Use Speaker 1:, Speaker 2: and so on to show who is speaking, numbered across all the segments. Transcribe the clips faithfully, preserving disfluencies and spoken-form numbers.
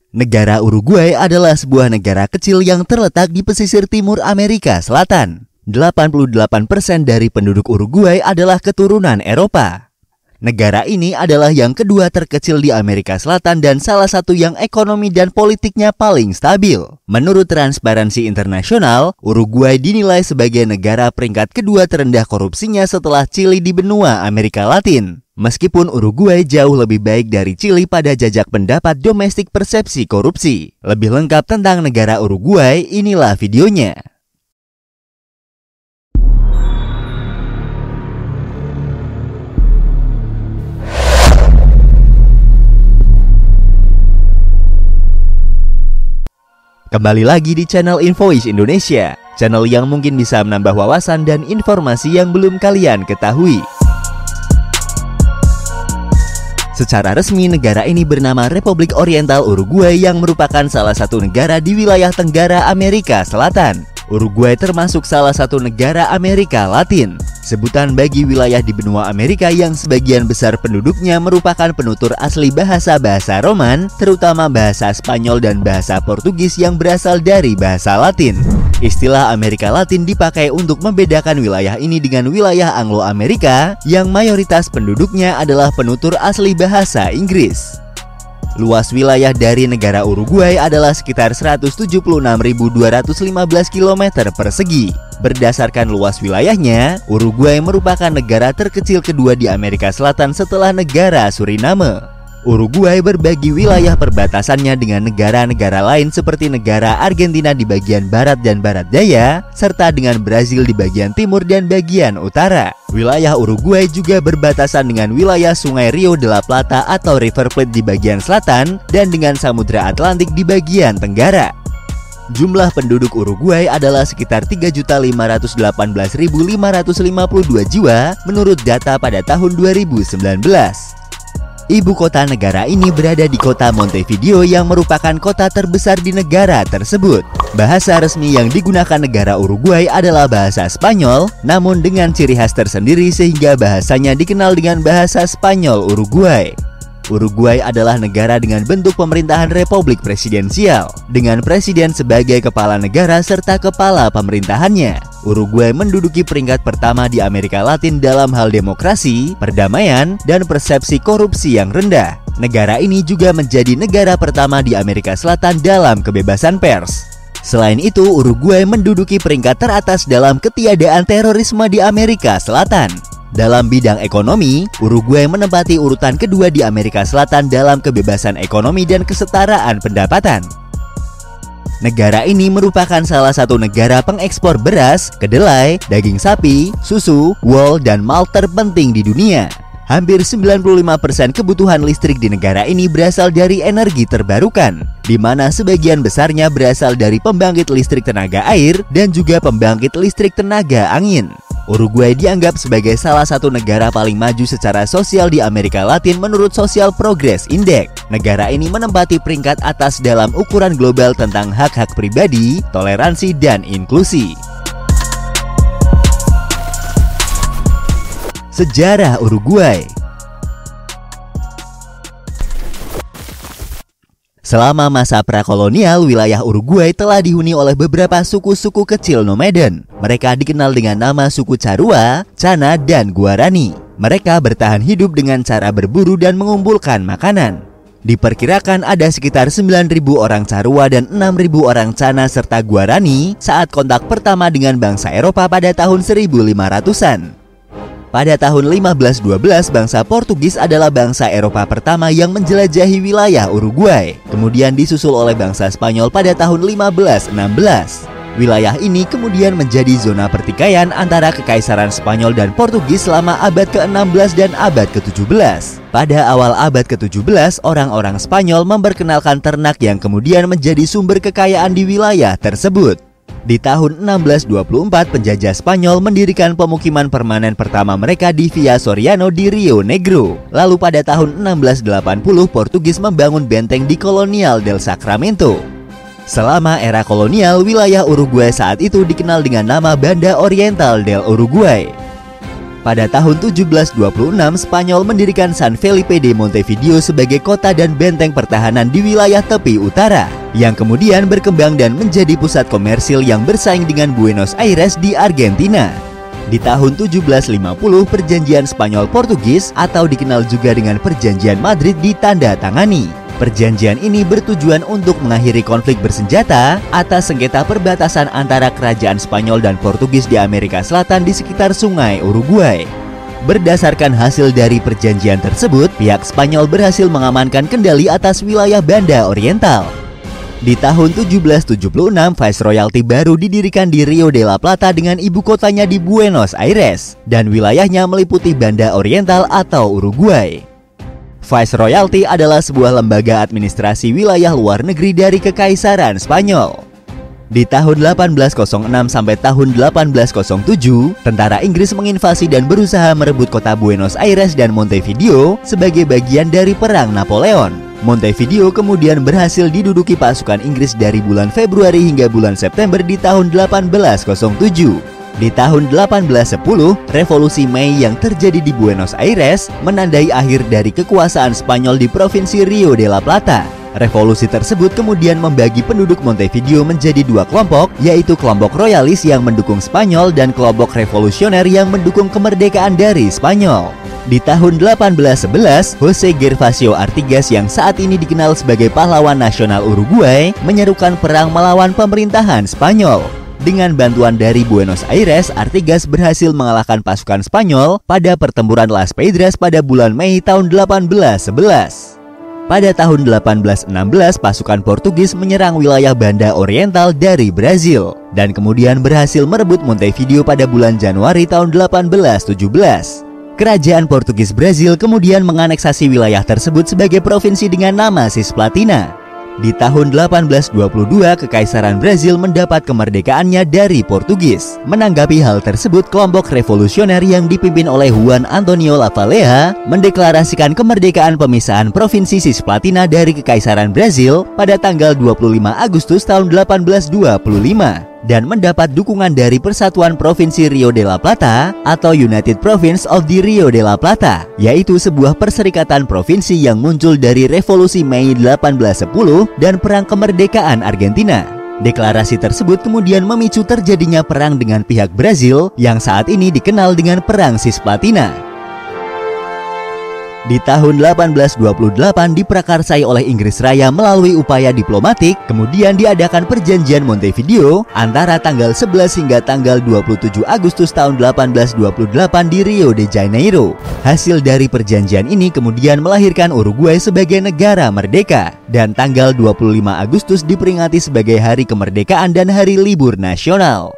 Speaker 1: Negara Uruguay adalah sebuah negara kecil yang terletak di pesisir timur Amerika Selatan. delapan puluh delapan persen dari penduduk Uruguay adalah keturunan Eropa. Negara ini adalah yang kedua terkecil di Amerika Selatan dan salah satu yang ekonomi dan politiknya paling stabil. Menurut Transparansi Internasional, Uruguay dinilai sebagai negara peringkat kedua terendah korupsinya setelah Chili di benua Amerika Latin. Meskipun Uruguay jauh lebih baik dari Chili pada jajak pendapat domestik persepsi korupsi. Lebih lengkap tentang negara Uruguay, inilah videonya. Kembali lagi di channel Infois Indonesia, channel yang mungkin bisa menambah wawasan dan informasi yang belum kalian ketahui. Secara resmi, negara ini bernama Republik Oriental Uruguay yang merupakan salah satu negara di wilayah Tenggara Amerika Selatan. Uruguay termasuk salah satu negara Amerika Latin, sebutan bagi wilayah di benua Amerika yang sebagian besar penduduknya merupakan penutur asli bahasa-bahasa Roman, terutama bahasa Spanyol dan bahasa Portugis yang berasal dari bahasa Latin. Istilah Amerika Latin dipakai untuk membedakan wilayah ini dengan wilayah Anglo-Amerika yang mayoritas penduduknya adalah penutur asli bahasa Inggris. Luas wilayah dari negara Uruguay adalah sekitar seratus tujuh puluh enam ribu dua ratus lima belas kilometer persegi. Berdasarkan luas wilayahnya, Uruguay merupakan negara terkecil kedua di Amerika Selatan setelah negara Suriname. Uruguay berbagi wilayah perbatasannya dengan negara-negara lain seperti negara Argentina di bagian barat dan barat daya, serta dengan Brazil di bagian timur dan bagian utara. Wilayah Uruguay juga berbatasan dengan wilayah Sungai Rio de la Plata atau River Plate di bagian selatan dan dengan Samudra Atlantik di bagian tenggara. Jumlah penduduk Uruguay adalah sekitar tiga juta lima ratus delapan belas ribu lima ratus lima puluh dua jiwa menurut data pada tahun dua ribu sembilan belas. Ibu kota negara ini berada di kota Montevideo yang merupakan kota terbesar di negara tersebut. Bahasa resmi yang digunakan negara Uruguay adalah bahasa Spanyol, namun dengan ciri khas tersendiri sehingga bahasanya dikenal dengan bahasa Spanyol Uruguay. Uruguay adalah negara dengan bentuk pemerintahan republik presidensial, dengan presiden sebagai kepala negara serta kepala pemerintahannya. Uruguay menduduki peringkat pertama di Amerika Latin dalam hal demokrasi, perdamaian, dan persepsi korupsi yang rendah. Negara ini juga menjadi negara pertama di Amerika Selatan dalam kebebasan pers. Selain itu, Uruguay menduduki peringkat teratas dalam ketiadaan terorisme di Amerika Selatan. Dalam bidang ekonomi, Uruguay menempati urutan kedua di Amerika Selatan dalam kebebasan ekonomi dan kesetaraan pendapatan. Negara ini merupakan salah satu negara pengekspor beras, kedelai, daging sapi, susu, wol, dan malt terpenting di dunia. Hampir sembilan puluh lima persen kebutuhan listrik di negara ini berasal dari energi terbarukan, di mana sebagian besarnya berasal dari pembangkit listrik tenaga air dan juga pembangkit listrik tenaga angin. Uruguay dianggap sebagai salah satu negara paling maju secara sosial di Amerika Latin menurut Social Progress Index. Negara ini menempati peringkat atas dalam ukuran global tentang hak-hak pribadi, toleransi, dan inklusi. Sejarah Uruguay. Selama masa prakolonial, wilayah Uruguay telah dihuni oleh beberapa suku-suku kecil nomaden. Mereka dikenal dengan nama suku Charrúa, Chana, dan Guarani. Mereka bertahan hidup dengan cara berburu dan mengumpulkan makanan. Diperkirakan ada sekitar sembilan ribu orang Charrúa dan enam ribu orang Chana serta Guarani saat kontak pertama dengan bangsa Eropa pada tahun seribu lima ratusan. Pada tahun lima belas dua belas, bangsa Portugis adalah bangsa Eropa pertama yang menjelajahi wilayah Uruguay. Kemudian disusul oleh bangsa Spanyol pada tahun lima belas enam belas. Wilayah ini kemudian menjadi zona pertikaian antara Kekaisaran Spanyol dan Portugis selama abad ke enam belas dan abad ke tujuh belas. Pada awal abad ke tujuh belas, orang-orang Spanyol memperkenalkan ternak yang kemudian menjadi sumber kekayaan di wilayah tersebut. Di tahun enam belas dua puluh empat, penjajah Spanyol mendirikan pemukiman permanen pertama mereka di Villa Soriano di Rio Negro. Lalu pada tahun enam belas delapan puluh, Portugis membangun benteng di Colonial del Sacramento. Selama era kolonial, wilayah Uruguay saat itu dikenal dengan nama Banda Oriental del Uruguay. Pada tahun tujuh belas dua puluh enam, Spanyol mendirikan San Felipe de Montevideo sebagai kota dan benteng pertahanan di wilayah tepi utara, yang kemudian berkembang dan menjadi pusat komersil yang bersaing dengan Buenos Aires di Argentina. Di tahun tujuh belas lima puluh, Perjanjian Spanyol-Portugis atau dikenal juga dengan Perjanjian Madrid ditandatangani. Perjanjian ini bertujuan untuk mengakhiri konflik bersenjata atas sengketa perbatasan antara kerajaan Spanyol dan Portugis di Amerika Selatan di sekitar Sungai Uruguay. Berdasarkan hasil dari perjanjian tersebut, pihak Spanyol berhasil mengamankan kendali atas wilayah Banda Oriental. Di tahun tujuh belas tujuh puluh enam, Viceroyalty baru didirikan di Rio de la Plata dengan ibu kotanya di Buenos Aires, dan wilayahnya meliputi Banda Oriental atau Uruguay. Viceroyalty adalah sebuah lembaga administrasi wilayah luar negeri dari Kekaisaran Spanyol. Di tahun delapan belas nol enam sampai tahun delapan belas nol tujuh, tentara Inggris menginvasi dan berusaha merebut kota Buenos Aires dan Montevideo sebagai bagian dari Perang Napoleon. Montevideo kemudian berhasil diduduki pasukan Inggris dari bulan Februari hingga bulan September di tahun delapan belas nol tujuh. Di tahun delapan belas sepuluh, Revolusi Mei yang terjadi di Buenos Aires menandai akhir dari kekuasaan Spanyol di Provinsi Rio de la Plata. Revolusi tersebut kemudian membagi penduduk Montevideo menjadi dua kelompok, yaitu kelompok royalis yang mendukung Spanyol dan kelompok revolusioner yang mendukung kemerdekaan dari Spanyol. Di tahun delapan belas sebelas, Jose Gervasio Artigas yang saat ini dikenal sebagai pahlawan nasional Uruguay menyerukan perang melawan pemerintahan Spanyol. Dengan bantuan dari Buenos Aires, Artigas berhasil mengalahkan pasukan Spanyol pada pertempuran Las Pedras pada bulan Mei tahun delapan belas sebelas. Pada tahun delapan belas enam belas, pasukan Portugis menyerang wilayah Banda Oriental dari Brazil dan kemudian berhasil merebut Montevideo pada bulan Januari tahun delapan belas tujuh belas. Kerajaan Portugis Brazil kemudian menganeksasi wilayah tersebut sebagai provinsi dengan nama Cisplatina. Di tahun delapan belas dua puluh dua, Kekaisaran Brazil mendapat kemerdekaannya dari Portugis. Menanggapi hal tersebut, kelompok revolusioner yang dipimpin oleh Juan Antonio Lavalleja mendeklarasikan kemerdekaan pemisahan Provinsi Cisplatina dari Kekaisaran Brazil pada tanggal dua puluh lima Agustus tahun delapan belas dua puluh lima. Dan mendapat dukungan dari Persatuan Provinsi Rio de la Plata atau United Province of the Rio de la Plata, yaitu sebuah perserikatan provinsi yang muncul dari Revolusi Mei delapan belas sepuluh dan Perang Kemerdekaan Argentina. Deklarasi tersebut kemudian memicu terjadinya perang dengan pihak Brazil yang saat ini dikenal dengan Perang Cisplatina. Di tahun delapan belas dua puluh delapan diprakarsai oleh Inggris Raya melalui upaya diplomatik, kemudian diadakan Perjanjian Montevideo antara tanggal sebelas hingga tanggal dua puluh tujuh Agustus tahun delapan belas dua puluh delapan di Rio de Janeiro. Hasil dari perjanjian ini kemudian melahirkan Uruguay sebagai negara merdeka, dan tanggal dua puluh lima Agustus diperingati sebagai Hari Kemerdekaan dan Hari Libur Nasional.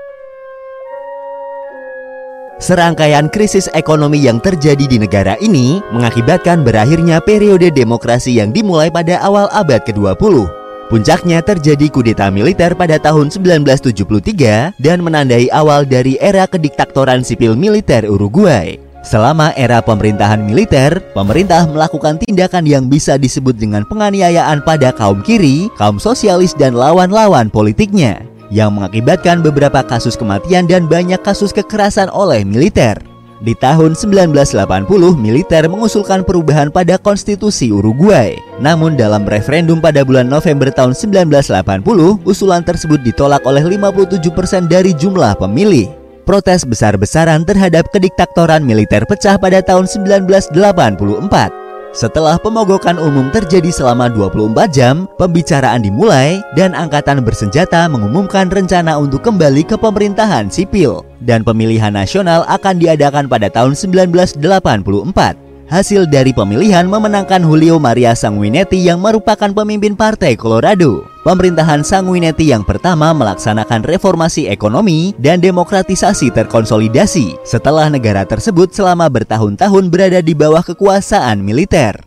Speaker 1: Serangkaian krisis ekonomi yang terjadi di negara ini mengakibatkan berakhirnya periode demokrasi yang dimulai pada awal abad ke dua puluh. Puncaknya terjadi kudeta militer pada tahun sembilan belas tujuh puluh tiga dan menandai awal dari era kediktatoran sipil militer Uruguay. Selama era pemerintahan militer, pemerintah melakukan tindakan yang bisa disebut dengan penganiayaan pada kaum kiri, kaum sosialis dan lawan-lawan politiknya, yang mengakibatkan beberapa kasus kematian dan banyak kasus kekerasan oleh militer. Di tahun sembilan belas delapan puluh, militer mengusulkan perubahan pada konstitusi Uruguay. Namun dalam referendum pada bulan November tahun sembilan belas delapan puluh, usulan tersebut ditolak oleh lima puluh tujuh persen dari jumlah pemilih. Protes besar-besaran terhadap kediktatoran militer pecah pada tahun sembilan belas delapan puluh empat. Setelah pemogokan umum terjadi selama dua puluh empat jam, pembicaraan dimulai dan angkatan bersenjata mengumumkan rencana untuk kembali ke pemerintahan sipil, dan pemilihan nasional akan diadakan pada tahun sembilan belas delapan puluh empat. Hasil dari pemilihan memenangkan Julio Maria Sanguinetti yang merupakan pemimpin Partai Colorado. Pemerintahan Sanguinetti yang pertama melaksanakan reformasi ekonomi dan demokratisasi terkonsolidasi setelah negara tersebut selama bertahun-tahun berada di bawah kekuasaan militer.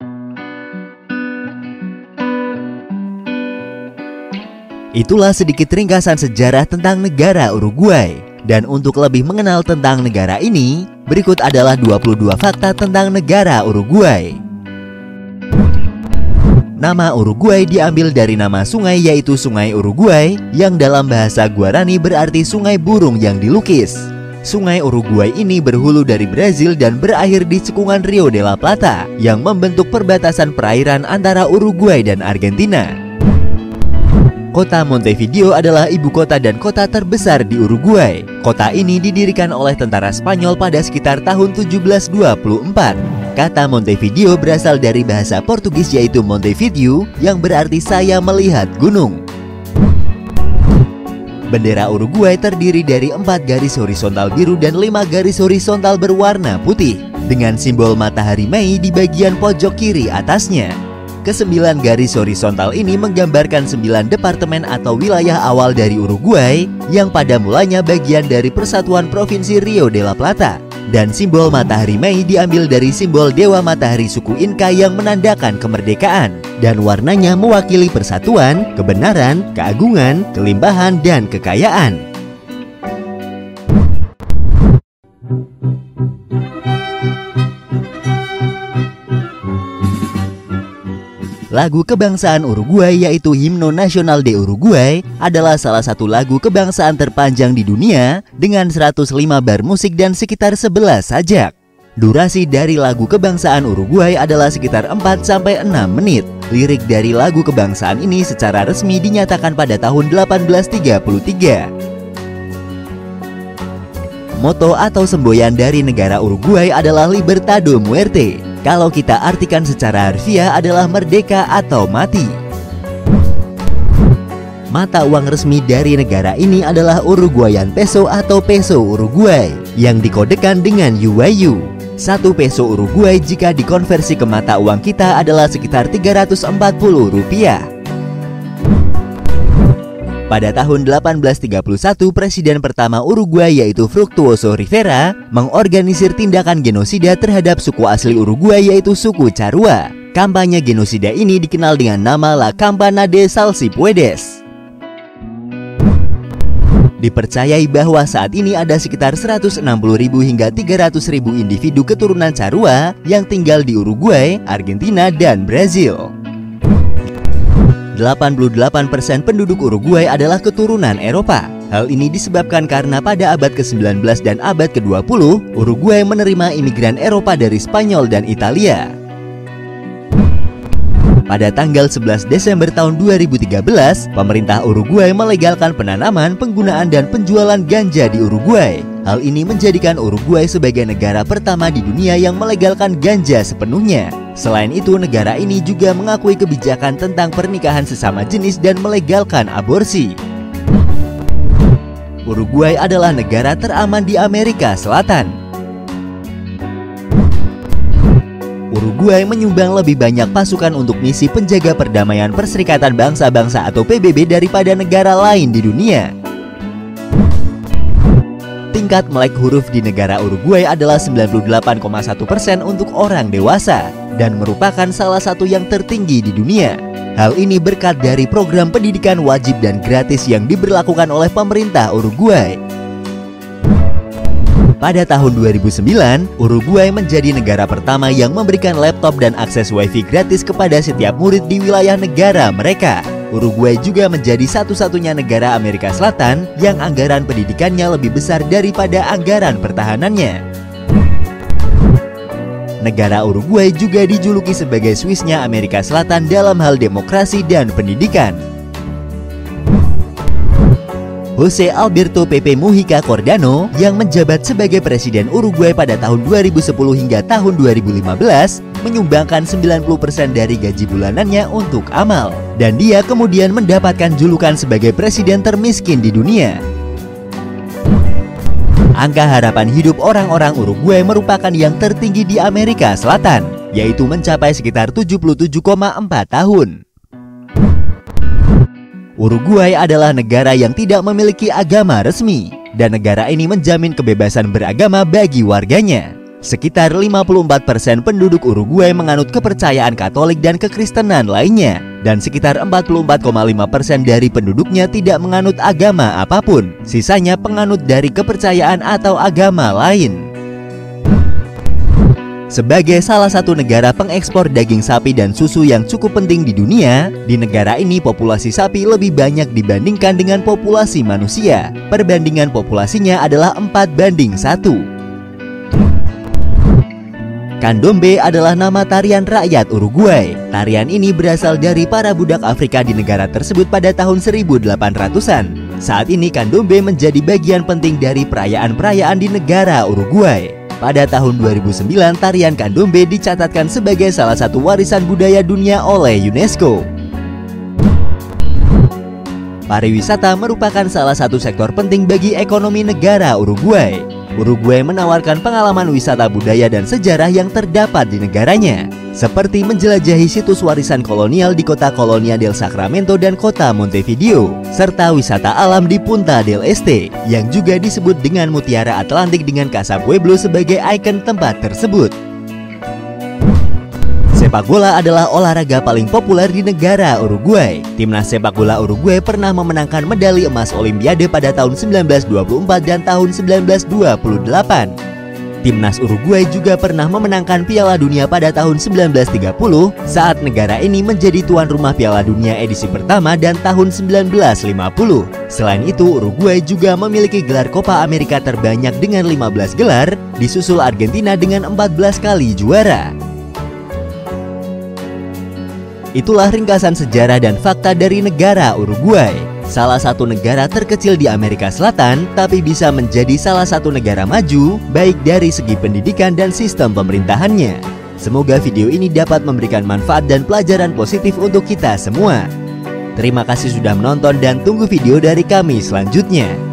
Speaker 1: Itulah sedikit ringkasan sejarah tentang negara Uruguay. Dan untuk lebih mengenal tentang negara ini, berikut adalah dua puluh dua fakta tentang negara Uruguay. Nama Uruguay diambil dari nama sungai, yaitu Sungai Uruguay, yang dalam bahasa Guarani berarti sungai burung yang dilukis. Sungai Uruguay ini berhulu dari Brazil dan berakhir di cekungan Rio de la Plata yang membentuk perbatasan perairan antara Uruguay dan Argentina. Kota Montevideo adalah ibu kota dan kota terbesar di Uruguay. Kota ini didirikan oleh tentara Spanyol pada sekitar tahun tujuh belas dua puluh empat. Kata Montevideo berasal dari bahasa Portugis yaitu Montevideo yang berarti saya melihat gunung. Bendera Uruguay terdiri dari empat garis horizontal biru dan lima garis horizontal berwarna putih, dengan simbol matahari Mei di bagian pojok kiri atasnya. Kesembilan garis horizontal ini menggambarkan sembilan departemen atau wilayah awal dari Uruguay, yang pada mulanya bagian dari Persatuan Provinsi Rio de la Plata. Dan simbol matahari Mei diambil dari simbol Dewa Matahari suku Inca yang menandakan kemerdekaan. Dan warnanya mewakili persatuan, kebenaran, keagungan, kelimpahan, dan kekayaan. Lagu kebangsaan Uruguay yaitu Himno Nasional de Uruguay adalah salah satu lagu kebangsaan terpanjang di dunia dengan seratus lima bar musik dan sekitar sebelas sajak. Durasi dari lagu kebangsaan Uruguay adalah sekitar empat sampai enam menit. Lirik dari lagu kebangsaan ini secara resmi dinyatakan pada tahun delapan belas tiga puluh tiga. Moto atau semboyan dari negara Uruguay adalah Libertado Muerte. Kalau kita artikan secara harfiah adalah merdeka atau mati. Mata uang resmi dari negara ini adalah Uruguayan peso atau peso Uruguay yang dikodekan dengan U Y U. Satu peso Uruguay jika dikonversi ke mata uang kita adalah sekitar tiga ratus empat puluh rupiah. Pada tahun delapan belas tiga puluh satu, Presiden pertama Uruguay yaitu Fructuoso Rivera mengorganisir tindakan genosida terhadap suku asli Uruguay yaitu suku Charrúa. Kampanye genosida ini dikenal dengan nama La Campana de Salsipuedes. Dipercayai bahwa saat ini ada sekitar seratus enam puluh ribu hingga tiga ratus ribu individu keturunan Charrúa yang tinggal di Uruguay, Argentina, dan Brazil. delapan puluh delapan persen penduduk Uruguay adalah keturunan Eropa. Hal ini disebabkan karena pada abad ke sembilan belas dan abad ke dua puluh, Uruguay menerima imigran Eropa dari Spanyol dan Italia. Pada tanggal sebelas Desember tahun dua ribu tiga belas, pemerintah Uruguay melegalkan penanaman, penggunaan, dan penjualan ganja di Uruguay. Hal ini menjadikan Uruguay sebagai negara pertama di dunia yang melegalkan ganja sepenuhnya. Selain itu, negara ini juga mengakui kebijakan tentang pernikahan sesama jenis dan melegalkan aborsi. Uruguay adalah negara teraman di Amerika Selatan. Uruguay menyumbang lebih banyak pasukan untuk misi penjaga perdamaian Perserikatan Bangsa-Bangsa atau P B B daripada negara lain di dunia. Tingkat melek huruf di negara Uruguay adalah sembilan puluh delapan koma satu persen untuk orang dewasa dan merupakan salah satu yang tertinggi di dunia. Hal ini berkat dari program pendidikan wajib dan gratis yang diberlakukan oleh pemerintah Uruguay. Pada tahun dua ribu sembilan, Uruguay menjadi negara pertama yang memberikan laptop dan akses wifi gratis kepada setiap murid di wilayah negara mereka. Uruguay juga menjadi satu-satunya negara Amerika Selatan yang anggaran pendidikannya lebih besar daripada anggaran pertahanannya. Negara Uruguay juga dijuluki sebagai Swissnya Amerika Selatan dalam hal demokrasi dan pendidikan. Jose Alberto Pepe Mujica Cordano yang menjabat sebagai Presiden Uruguay pada tahun dua ribu sepuluh hingga tahun dua ribu lima belas menyumbangkan sembilan puluh persen dari gaji bulanannya untuk amal, dan dia kemudian mendapatkan julukan sebagai presiden termiskin di dunia. Angka harapan hidup orang-orang Uruguay merupakan yang tertinggi di Amerika Selatan, yaitu mencapai sekitar tujuh puluh tujuh koma empat tahun. Uruguay adalah negara yang tidak memiliki agama resmi, dan negara ini menjamin kebebasan beragama bagi warganya. Sekitar lima puluh empat persen penduduk Uruguay menganut kepercayaan Katolik dan kekristenan lainnya, dan sekitar empat puluh empat koma lima persen dari penduduknya tidak menganut agama apapun. Sisanya penganut dari kepercayaan atau agama lain. Sebagai salah satu negara pengekspor daging sapi dan susu yang cukup penting di dunia, di negara ini populasi sapi lebih banyak dibandingkan dengan populasi manusia. Perbandingan populasinya adalah empat banding satu. Candombe adalah nama tarian rakyat Uruguay. Tarian ini berasal dari para budak Afrika di negara tersebut pada tahun seribu delapan ratusan. Saat ini Candombe menjadi bagian penting dari perayaan-perayaan di negara Uruguay. Pada tahun dua ribu sembilan, tarian Candombe dicatatkan sebagai salah satu warisan budaya dunia oleh UNESCO. Pariwisata merupakan salah satu sektor penting bagi ekonomi negara Uruguay. Uruguay menawarkan pengalaman wisata budaya dan sejarah yang terdapat di negaranya, seperti menjelajahi situs warisan kolonial di kota Colonia del Sacramento dan kota Montevideo, serta wisata alam di Punta del Este, yang juga disebut dengan Mutiara Atlantik dengan Casa Pueblo sebagai ikon tempat tersebut. Sepak bola adalah olahraga paling populer di negara Uruguay. Timnas sepak bola Uruguay pernah memenangkan medali emas Olimpiade pada tahun seribu sembilan ratus dua puluh empat dan tahun seribu sembilan ratus dua puluh delapan. Timnas Uruguay juga pernah memenangkan Piala Dunia pada tahun seribu sembilan ratus tiga puluh saat negara ini menjadi tuan rumah Piala Dunia edisi pertama dan tahun seribu sembilan ratus lima puluh. Selain itu, Uruguay juga memiliki gelar Copa America terbanyak dengan lima belas gelar, disusul Argentina dengan empat belas kali juara. Itulah ringkasan sejarah dan fakta dari negara Uruguay. Salah satu negara terkecil di Amerika Selatan, tapi bisa menjadi salah satu negara maju, baik dari segi pendidikan dan sistem pemerintahannya. Semoga video ini dapat memberikan manfaat dan pelajaran positif untuk kita semua. Terima kasih sudah menonton dan tunggu video dari kami selanjutnya.